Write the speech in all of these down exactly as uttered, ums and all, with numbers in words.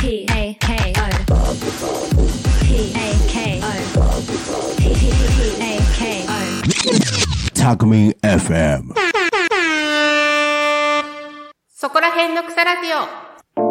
P A K O P A K O P A K O タクミン エフエムそこら辺の草ラジオ。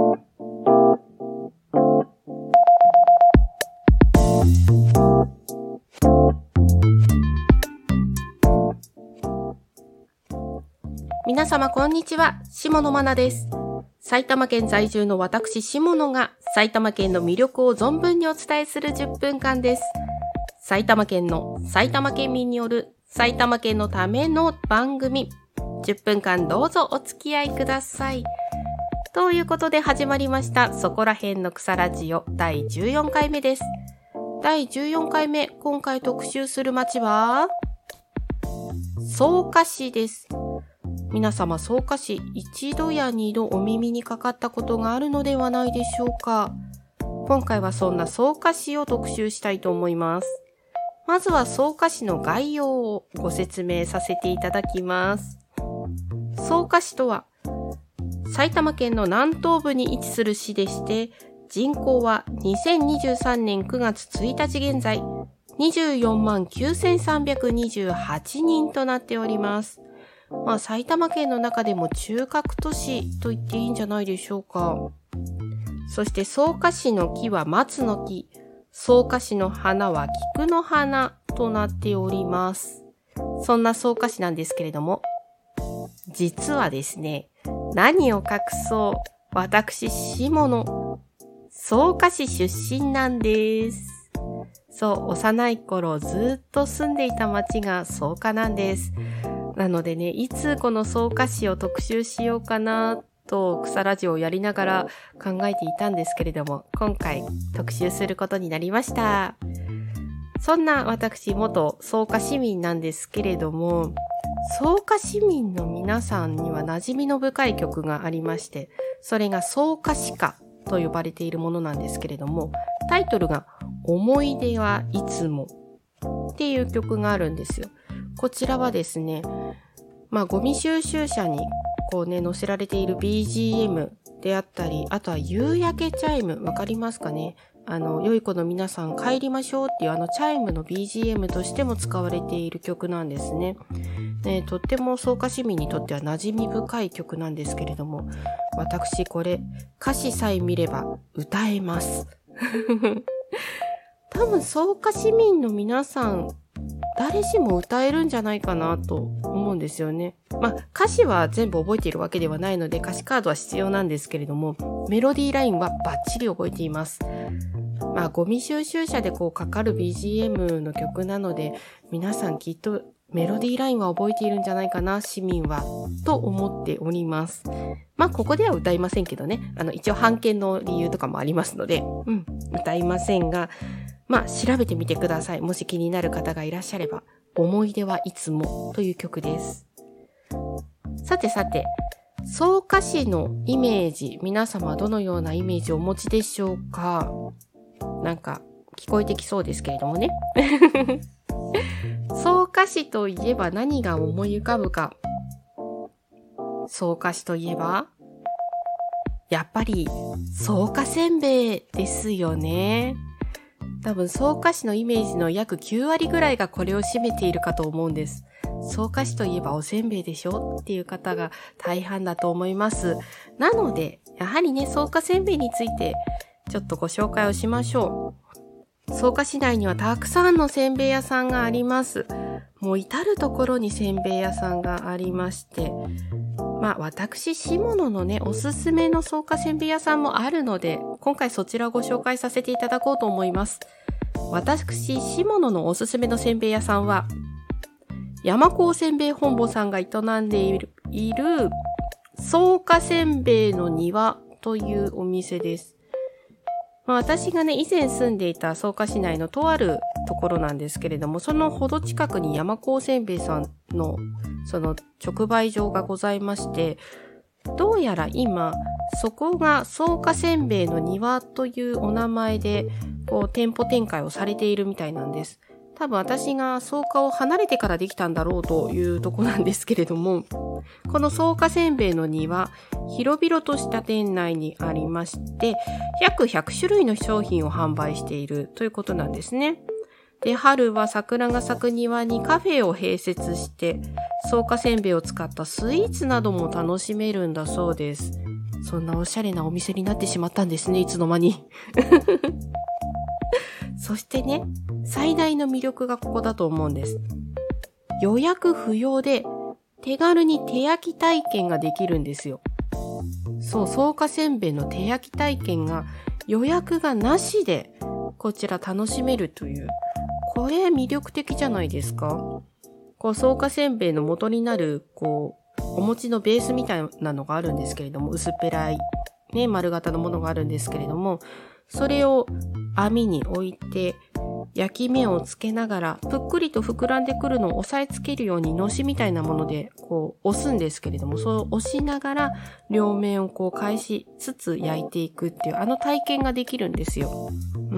皆様こんにちは、下野愛です。埼玉県在住の私下野が埼玉県の魅力を存分にお伝えするじゅっぷんかんです。埼玉県の埼玉県民による埼玉県のための番組、じゅっぷんかんどうぞお付き合いください。ということで始まりましたそこら辺の草ラジオだいじゅうよんかいめです。だいじゅうよんかいめ、今回特集する街は草加市です。皆様草加市一度や二度お耳にかかったことがあるのではないでしょうか。今回はそんな草加市を特集したいと思います。まずは草加市の概要をご説明させていただきます。草加市とは埼玉県の南東部に位置する市でして、人口はにせんにじゅうさんねんくがつついたち現在にじゅうよんまんきゅうせんさんびゃくにじゅうはちにんとなっております。まあ埼玉県の中でも中核都市と言っていいんじゃないでしょうか。そして草加市の木は松の木、草加市の花は菊の花となっております。そんな草加市なんですけれども、実はですね、何を隠そう、私下野、草加市出身なんです。そう、幼い頃ずっと住んでいた町が草加なんです。なのでね、いつこの草加市を特集しようかなと草ラジオをやりながら考えていたんですけれども、今回特集することになりました。そんな私元草加市民なんですけれども、草加市民の皆さんには馴染みの深い曲がありまして、それが草加市歌と呼ばれているものなんですけれども、タイトルが思い出はいつもっていう曲があるんですよ。こちらはですね、まあゴミ収集車にこうね載せられている ビージーエム であったり、あとは夕焼けチャイム、わかりますかね。あの良い子の皆さん帰りましょうっていうあのチャイムの ビージーエム としても使われている曲なんですね。ね、とっても草加市民にとっては馴染み深い曲なんですけれども、私これ歌詞さえ見れば歌えます。多分草加市民の皆さん誰しも歌えるんじゃないかなと思うんですよね。まあ歌詞は全部覚えているわけではないので歌詞カードは必要なんですけれども、メロディーラインはバッチリ覚えています。まあゴミ収集車でこうかかる ビージーエム の曲なので、皆さんきっとメロディーラインは覚えているんじゃないかな、市民はと思っております。まあここでは歌いませんけどね、あの一応版権の理由とかもありますので、うん歌いませんが、まあ調べてみてください。もし気になる方がいらっしゃれば。思い出はいつもという曲です。さてさて、草加市のイメージ、皆様はどのようなイメージをお持ちでしょうか。なんか聞こえてきそうですけれどもね。草加市といえば何が思い浮かぶか。草加市といえばやっぱり草加せんべいですよね。多分草加市のイメージの約きゅうわりぐらいがこれを占めているかと思うんです。草加市といえばおせんべいでしょっていう方が大半だと思います。なのでやはりね、草加せんべいについてちょっとご紹介をしましょう。草加市内にはたくさんのせんべい屋さんがあります。もう至るところにせんべい屋さんがありまして、まあ私下野のねおすすめの草加せんべい屋さんもあるので、今回そちらをご紹介させていただこうと思います。私下野のおすすめのせんべい屋さんは山高せんべい本舗さんが営んでいる、いる草加せんべいの庭というお店です。まあ、私がね以前住んでいた草加市内のとあるところなんですけれども、そのほど近くに山高せんべいさんのその直売所がございまして、どうやら今そこが草加せんべいの庭というお名前でこう店舗展開をされているみたいなんです。 多分私が草加を離れてからできたんだろうというとこなんですけれども、この草加せんべいの庭、広々とした店内にありまして、約ひゃくしゅるいの商品を販売しているということなんですね。で、春は桜が咲く庭にカフェを併設して、草加せんべいを使ったスイーツなども楽しめるんだそうです。そんなおしゃれなお店になってしまったんですね、いつの間に。そしてね、最大の魅力がここだと思うんです。予約不要で手軽に手焼き体験ができるんですよ。そう、草加せんべいの手焼き体験が予約がなしでこちら楽しめるという、これ魅力的じゃないですか。こう草加せんべいの元になるこうお餅のベースみたいなのがあるんですけれども、薄っぺらいね丸型のものがあるんですけれども、それを網に置いて焼き目をつけながらぷっくりと膨らんでくるのを押さえつけるようにのしみたいなものでこう押すんですけれども、そう押しながら両面をこう返しつつ焼いていくっていうあの体験ができるんですよ。うん。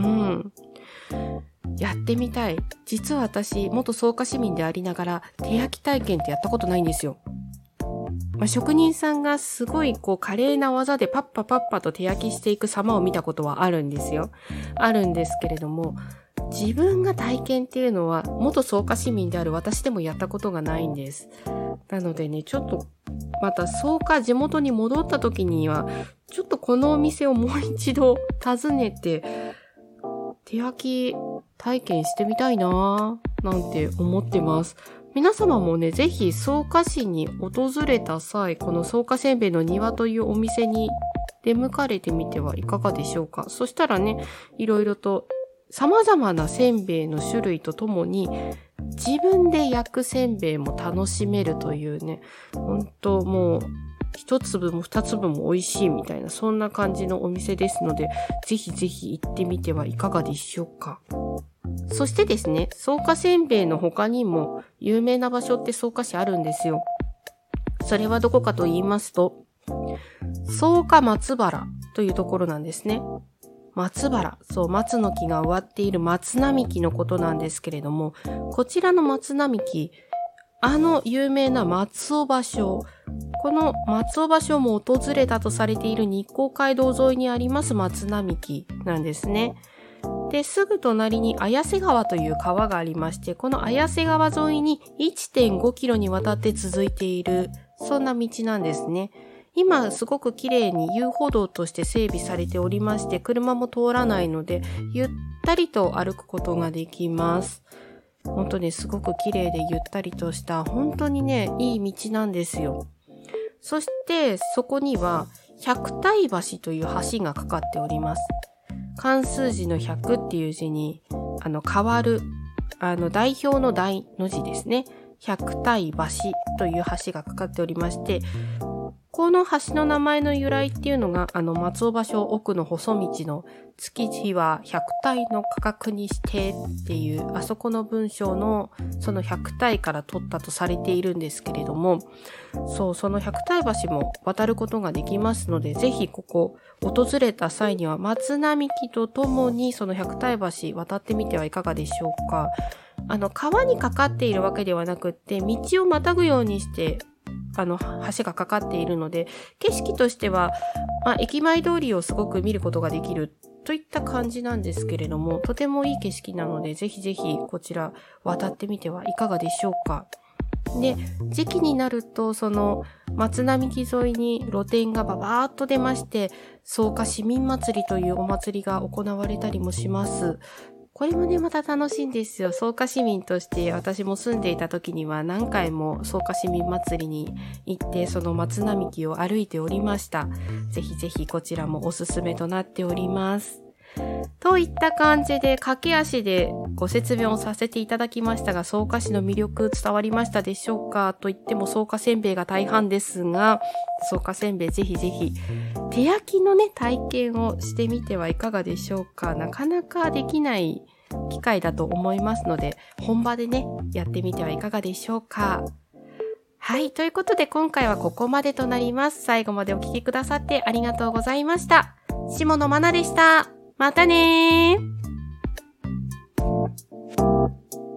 やってみたい。実は私元草加市民でありながら手焼き体験ってやったことないんですよ。まあ、職人さんがすごいこう華麗な技でパッパパッパと手焼きしていく様を見たことはあるんですよ。あるんですけれども、自分が体験っていうのは元草加市民である私でもやったことがないんです。なのでね、ちょっとまた草加地元に戻った時にはちょっとこのお店をもう一度訪ねて手焼き体験してみたいなぁなんて思ってます。皆様もね、ぜひ草加市に訪れた際、この草加せんべいの庭というお店に出向かれてみてはいかがでしょうか。そしたらね、いろいろと様々なせんべいの種類とともに、自分で焼くせんべいも楽しめるというね、ほんともう、一粒も二粒も美味しいみたいな、そんな感じのお店ですので、ぜひぜひ行ってみてはいかがでしょうか。そしてですね、草加せんべいの他にも有名な場所って草加市あるんですよ。それはどこかと言いますと、草加松原というところなんですね。松原、そう、松の木が植わっている松並木のことなんですけれども、こちらの松並木、あの有名な松尾芭蕉、この松尾芭蕉も訪れたとされている日光街道沿いにあります松並木なんですね。で、すぐ隣に綾瀬川という川がありまして、この綾瀬川沿いに いってんごキロにわたって続いている、そんな道なんですね。今すごく綺麗に遊歩道として整備されておりまして、車も通らないので、ゆったりと歩くことができます。本当にすごく綺麗でゆったりとした、本当にね、いい道なんですよ。そして、そこには、百体橋という橋がかかっております。漢数字のひゃくっていう字に、あの、変わる、あの、代表の代の字ですね。百体橋という橋がかかっておりまして、この橋の名前の由来っていうのが、あの、松尾芭蕉奥の細道の月日は百体の価格にしてっていう、あそこの文章のその百体から取ったとされているんですけれども、そう、その百体橋も渡ることができますので、ぜひここ訪れた際には松並木とともにその百体橋渡ってみてはいかがでしょうか。あの、川にかかっているわけではなくって、道をまたぐようにして、あの、橋がかかっているので、景色としては、まあ、駅前通りをすごく見ることができるといった感じなんですけれども、とてもいい景色なので、ぜひぜひこちら渡ってみてはいかがでしょうか。で、時期になると、その、松並木沿いに露店がババーっと出まして、草加市民祭りというお祭りが行われたりもします。これもね、また楽しいんですよ。草加市民として私も住んでいた時には何回も草加市民祭りに行って、その松並木を歩いておりました。ぜひぜひこちらもおすすめとなっております。といった感じで駆け足でご説明をさせていただきましたが、草加市の魅力伝わりましたでしょうか。と言っても草加せんべいが大半ですが、草加せんべいぜひぜひ手焼きのね体験をしてみてはいかがでしょうか。なかなかできない機会だと思いますので、本場でねやってみてはいかがでしょうか。はい、ということで今回はここまでとなります。最後までお聞きくださってありがとうございました。下野愛菜でした。またねー。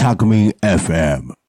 Talk Me エフエム